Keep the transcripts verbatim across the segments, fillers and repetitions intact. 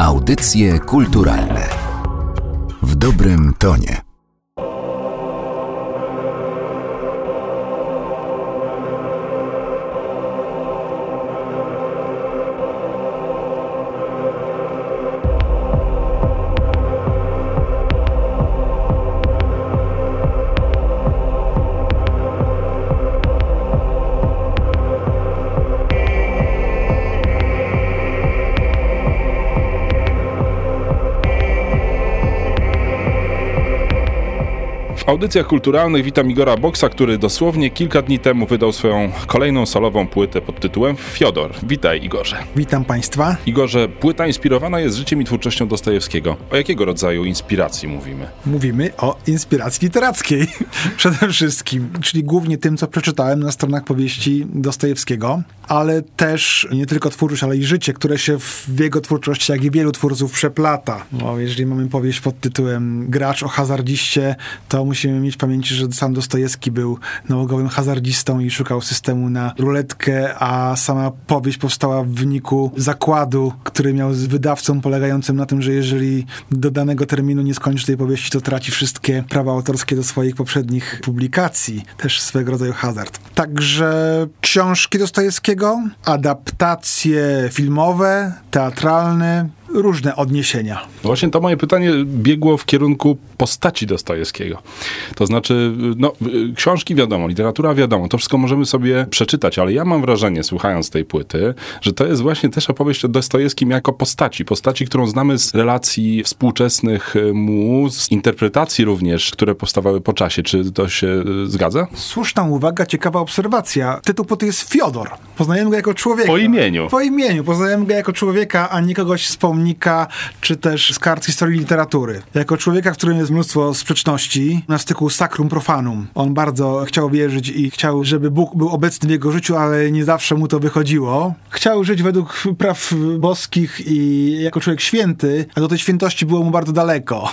Audycje kulturalne w dobrym tonie. W audycjach kulturalnych witam Igora Boksa, który dosłownie kilka dni temu wydał swoją kolejną solową płytę pod tytułem Fiodor. Witaj, Igorze. Witam Państwa. Igorze, płyta inspirowana jest życiem i twórczością Dostojewskiego. O jakiego rodzaju inspiracji mówimy? Mówimy o inspiracji literackiej przede wszystkim, czyli głównie tym, co przeczytałem na stronach powieści Dostojewskiego, ale też nie tylko twórczość, ale i życie, które się w jego twórczości, jak i wielu twórców, przeplata. Bo jeżeli mamy powieść pod tytułem Gracz o hazardziście, to musimy mieć w pamięci, że sam Dostojewski był nałogowym hazardzistą i szukał systemu na ruletkę, a sama powieść powstała w wyniku zakładu, który miał z wydawcą, polegającym na tym, że jeżeli do danego terminu nie skończy tej powieści, to traci wszystkie prawa autorskie do swoich poprzednich publikacji. Też swego rodzaju hazard. Także książki Dostojewskiego, adaptacje filmowe, teatralne, różne odniesienia. Właśnie to moje pytanie biegło w kierunku postaci Dostojewskiego. To znaczy, no, książki wiadomo, literatura wiadomo, to wszystko możemy sobie przeczytać, ale ja mam wrażenie, słuchając tej płyty, że to jest właśnie też opowieść o Dostojewskim jako postaci. Postaci, którą znamy z relacji współczesnych mu, z interpretacji również, które powstawały po czasie. Czy to się zgadza? Słuszna uwaga, ciekawa obserwacja. Tytuł płyty jest Fiodor. Poznajemy go jako człowieka. Po imieniu. Po imieniu. Poznajemy go jako człowieka, a nie kogoś z pomnika, czy też z kart historii literatury. Jako człowieka, w którym jest mnóstwo sprzeczności, na styku sacrum profanum. On bardzo chciał wierzyć i chciał, żeby Bóg był obecny w jego życiu, ale nie zawsze mu to wychodziło. Chciał żyć według praw boskich i jako człowiek święty, a do tej świętości było mu bardzo daleko.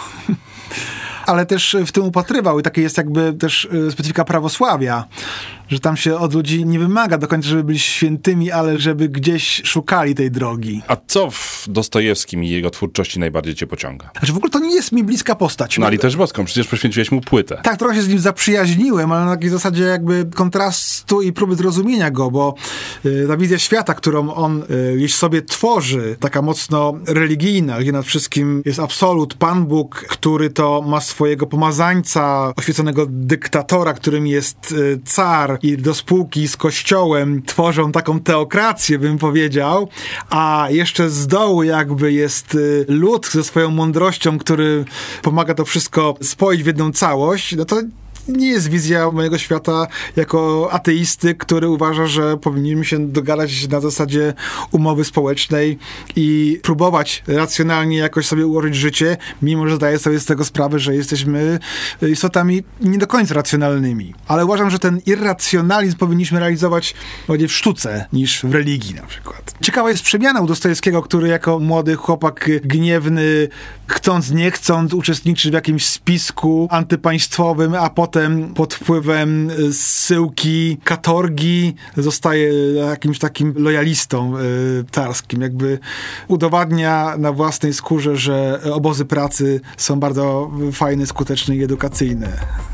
Ale też w tym upatrywał i takie jest jakby też specyfika prawosławia, że tam się od ludzi nie wymaga do końca, żeby byli świętymi, ale żeby gdzieś szukali tej drogi. A co w Dostojewskim i jego twórczości najbardziej cię pociąga? Znaczy w ogóle to nie jest mi bliska postać. No ale też boską, przecież poświęciłeś mu płytę. Tak, trochę się z nim zaprzyjaźniłem, ale na takiej zasadzie jakby kontrastu i próby zrozumienia go, bo y, ta wizja świata, którą on y, gdzieś sobie tworzy, taka mocno religijna, gdzie nad wszystkim jest absolut, Pan Bóg, który to ma swojego pomazańca, oświeconego dyktatora, którym jest y, car, i do spółki z kościołem tworzą taką teokrację, bym powiedział, a jeszcze z dołu jakby jest lud ze swoją mądrością, który pomaga to wszystko spoić w jedną całość, no to nie jest wizja mojego świata jako ateisty, który uważa, że powinniśmy się dogadać na zasadzie umowy społecznej i próbować racjonalnie jakoś sobie ułożyć życie, mimo że zdaję sobie z tego sprawę, że jesteśmy istotami nie do końca racjonalnymi. Ale uważam, że ten irracjonalizm powinniśmy realizować bardziej w sztuce niż w religii na przykład. Ciekawa jest przemiana u Dostojewskiego, który jako młody chłopak gniewny, chcąc nie chcąc, uczestniczy w jakimś spisku antypaństwowym, a potem pod wpływem zsyłki, katorgi zostaje jakimś takim lojalistą y, carskim. Jakby udowadnia na własnej skórze, że obozy pracy są bardzo fajne, skuteczne i edukacyjne.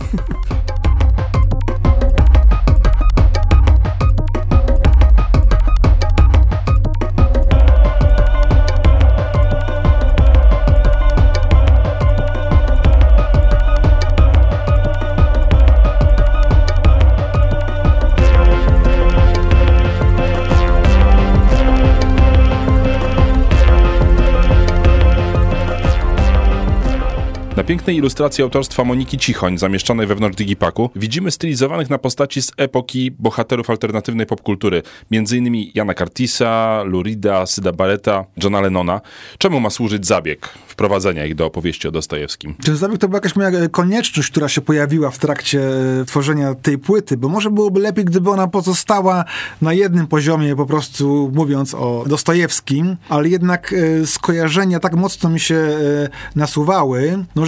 Na pięknej ilustracji autorstwa Moniki Cichoń, zamieszczonej wewnątrz digipaku, widzimy stylizowanych na postaci z epoki bohaterów alternatywnej popkultury, między innymi Jana Curtisa, Lou Reeda, Syda Barretta, Johna Lennona. Czemu ma służyć zabieg wprowadzenia ich do opowieści o Dostojewskim? Ten zabieg to była jakaś moja konieczność, która się pojawiła w trakcie tworzenia tej płyty, bo może byłoby lepiej, gdyby ona pozostała na jednym poziomie, po prostu mówiąc o Dostojewskim, ale jednak skojarzenia tak mocno mi się nasuwały, no że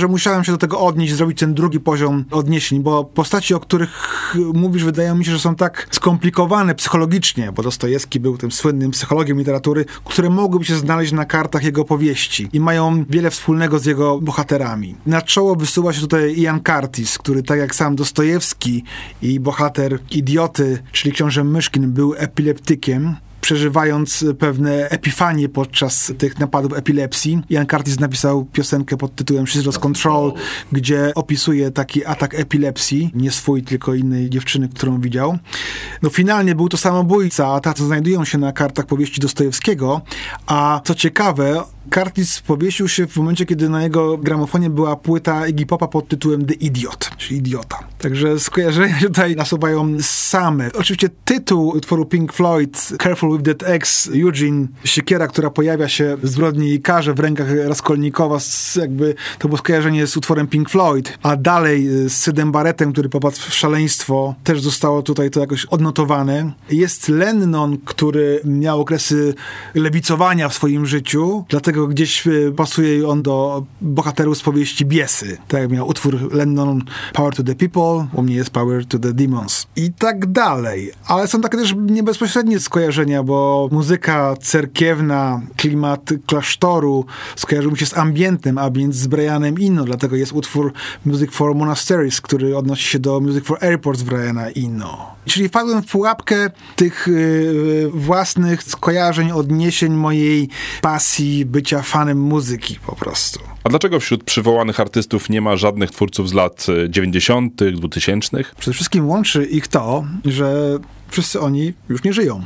musiałem się do tego odnieść, zrobić ten drugi poziom odniesień, bo postaci, o których mówisz, wydają mi się, że są tak skomplikowane psychologicznie, bo Dostojewski był tym słynnym psychologiem literatury, które mogłyby się znaleźć na kartach jego powieści i mają wiele wspólnego z jego bohaterami. Na czoło wysuwa się tutaj Ian Curtis, który tak jak sam Dostojewski i bohater Idioty, czyli książę Myszkin, był epileptykiem, przeżywając pewne epifanie podczas tych napadów epilepsji. Ian Curtis napisał piosenkę pod tytułem She's Lost Control, gdzie opisuje taki atak epilepsji, nie swój, tylko innej dziewczyny, którą widział. No finalnie był to samobójca, a tacy znajdują się na kartach powieści Dostojewskiego, a co ciekawe, Curtis powiesił się w momencie, kiedy na jego gramofonie była płyta Iggy Popa pod tytułem The Idiot, czyli Idiota. Także skojarzenia się tutaj nasuwają same. Oczywiście tytuł utworu Pink Floyd, Careful with That Axe, Eugene, siekiera, która pojawia się w Zbrodni i karze w rękach Raskolnikowa, jakby to było skojarzenie z utworem Pink Floyd, a dalej z Sydem Barrettem, który popadł w szaleństwo, też zostało tutaj to jakoś odnotowane. Jest Lennon, który miał okresy lewicowania w swoim życiu, dlatego gdzieś pasuje on do bohaterów z powieści Biesy. Tak jak miał utwór Lennon Power to the People, u mnie jest Power to the Demons. I tak dalej. Ale są takie też niebezpośrednie skojarzenia, bo muzyka cerkiewna, klimat klasztoru skojarzył mi się z ambientem, a więc z Brianem Eno, dlatego jest utwór Music for Monasteries, który odnosi się do Music for Airports Briana Eno. Czyli wpadłem w pułapkę tych yy, własnych skojarzeń, odniesień mojej pasji bycia fanem muzyki po prostu. A dlaczego wśród przywołanych artystów nie ma żadnych twórców z lat dziewięćdziesiątych, dwutysięcznych? Przede wszystkim łączy ich to, że wszyscy oni już nie żyją.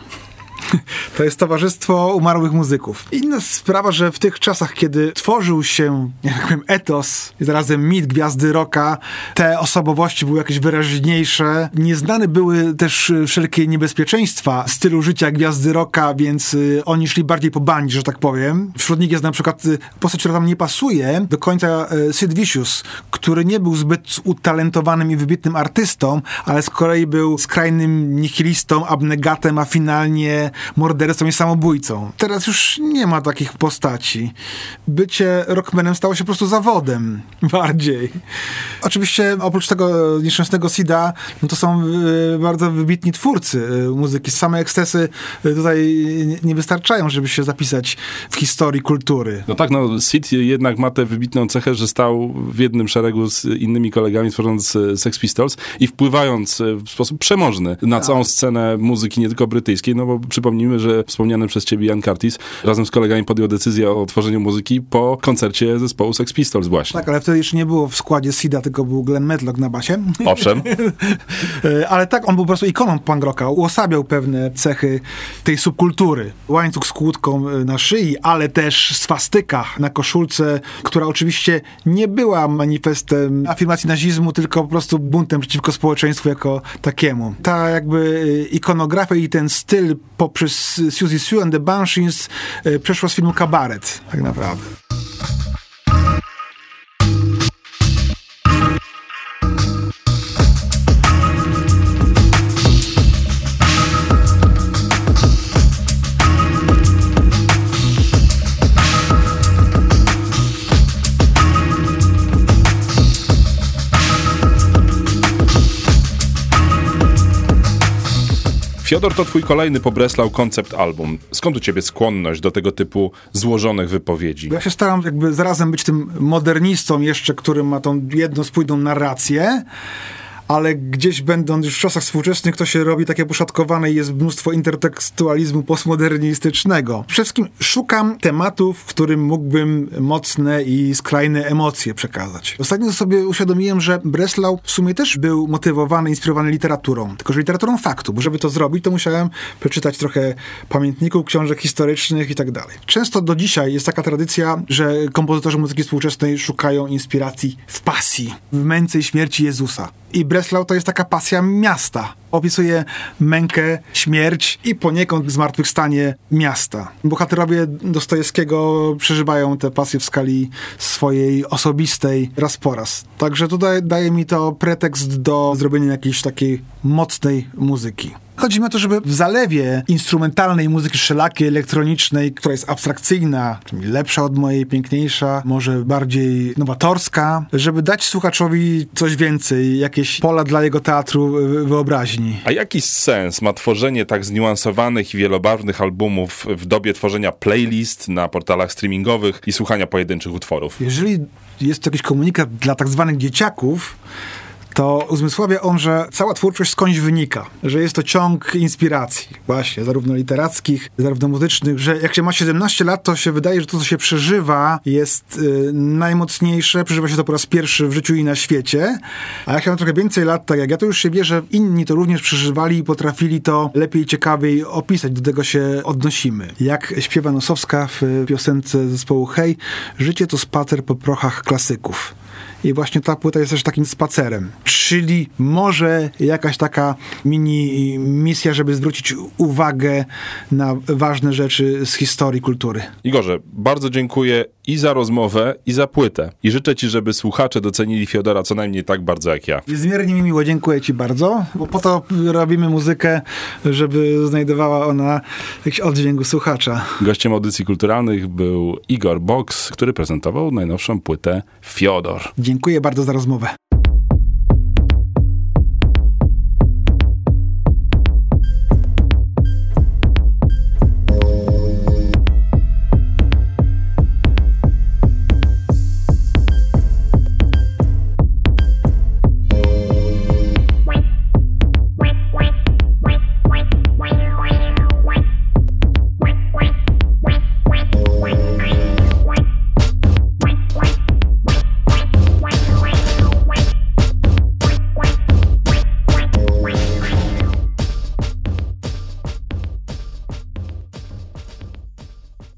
To jest Towarzystwo Umarłych Muzyków. Inna sprawa, że w tych czasach, kiedy tworzył się, jak powiem, etos i zarazem mit gwiazdy rocka, te osobowości były jakieś wyraźniejsze. Nieznane były też wszelkie niebezpieczeństwa stylu życia gwiazdy rocka, więc y, oni szli bardziej po bandzie, że tak powiem. Wśród nich jest na przykład y, postać, która tam nie pasuje do końca, y, Sid Vicious, który nie był zbyt utalentowanym i wybitnym artystą, ale z kolei był skrajnym nihilistą, abnegatem, a finalnie mordercą i samobójcą. Teraz już nie ma takich postaci. Bycie rockmanem stało się po prostu zawodem. Bardziej. Oczywiście oprócz tego nieszczęsnego Sida, no to są y, bardzo wybitni twórcy y, muzyki. Same ekscesy y, tutaj nie wystarczają, żeby się zapisać w historii kultury. No tak, no Sid jednak ma tę wybitną cechę, że stał w jednym szeregu z innymi kolegami, tworząc Sex Pistols i wpływając w sposób przemożny na tak. całą scenę muzyki, nie tylko brytyjskiej, no bo przypomnijmy, że wspomniany przez ciebie Ian Curtis razem z kolegami podjął decyzję o tworzeniu muzyki po koncercie zespołu Sex Pistols właśnie. Tak, ale wtedy jeszcze nie było w składzie Sida, tylko był Glenn Medlock na basie. Owszem. Ale tak, on był po prostu ikoną punk rocka. Uosabiał pewne cechy tej subkultury. Łańcuch z kłódką na szyi, ale też swastyka na koszulce, która oczywiście nie była manifestem afirmacji nazizmu, tylko po prostu buntem przeciwko społeczeństwu jako takiemu. Ta jakby ikonografia i ten styl poprzez Siouxsie Sioux and the Banshees przeszła z filmu Kabaret, tak naprawdę. Fiodor, to twój kolejny po Breslau koncept album. Skąd u ciebie skłonność do tego typu złożonych wypowiedzi? Ja się staram jakby zarazem być tym modernistą jeszcze, który ma tą jedną spójną narrację, ale gdzieś będąc już w czasach współczesnych, to się robi takie poszatkowane i jest mnóstwo intertekstualizmu postmodernistycznego. Przede wszystkim szukam tematów, w którym mógłbym mocne i skrajne emocje przekazać. Ostatnio sobie uświadomiłem, że Breslau w sumie też był motywowany, inspirowany literaturą, tylko że literaturą faktu, bo żeby to zrobić, to musiałem przeczytać trochę pamiętników, książek historycznych i tak dalej. Często do dzisiaj jest taka tradycja, że kompozytorzy muzyki współczesnej szukają inspiracji w pasji, w męce i śmierci Jezusa. I Breslau to jest taka pasja miasta. Opisuje mękę, śmierć i poniekąd zmartwychwstanie miasta. Bohaterowie Dostojewskiego przeżywają tę pasję w skali swojej osobistej raz po raz. Także tutaj daje mi to pretekst do zrobienia jakiejś takiej mocnej muzyki. Chodzi mi o to, żeby w zalewie instrumentalnej muzyki wszelakiej, elektronicznej, która jest abstrakcyjna, czyli lepsza od mojej, piękniejsza, może bardziej nowatorska, żeby dać słuchaczowi coś więcej, jakieś pola dla jego teatru wyobraźni. A jaki sens ma tworzenie tak zniuansowanych i wielobarwnych albumów w dobie tworzenia playlist na portalach streamingowych i słuchania pojedynczych utworów? Jeżeli jest to jakiś komunikat dla tak zwanych dzieciaków, to uzmysławia on, że cała twórczość skądś wynika, że jest to ciąg inspiracji, właśnie, zarówno literackich, zarówno muzycznych, że jak się ma siedemnaście lat, to się wydaje, że to, co się przeżywa, jest y, najmocniejsze, przeżywa się to po raz pierwszy w życiu i na świecie, a jak ja mam trochę więcej lat, tak jak ja, to już się wie, że inni to również przeżywali i potrafili to lepiej i ciekawiej opisać, do tego się odnosimy. Jak śpiewa Nosowska w piosence zespołu Hej, życie to spacer po prochach klasyków. I właśnie ta płyta jest też takim spacerem. Czyli może jakaś taka mini misja, żeby zwrócić uwagę na ważne rzeczy z historii kultury. Igorze, bardzo dziękuję i za rozmowę, i za płytę. I życzę ci, żeby słuchacze docenili Fiodora co najmniej tak bardzo jak ja. Niezmiernie mi miło, dziękuję ci bardzo, bo po to robimy muzykę, żeby znajdowała ona jakiś oddźwięk u słuchacza. Gościem audycji kulturalnych był Igor Box, który prezentował najnowszą płytę Fiodor. Dziękuję bardzo za rozmowę.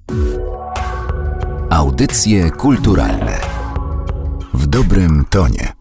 Audycje kulturalne w dobrym tonie.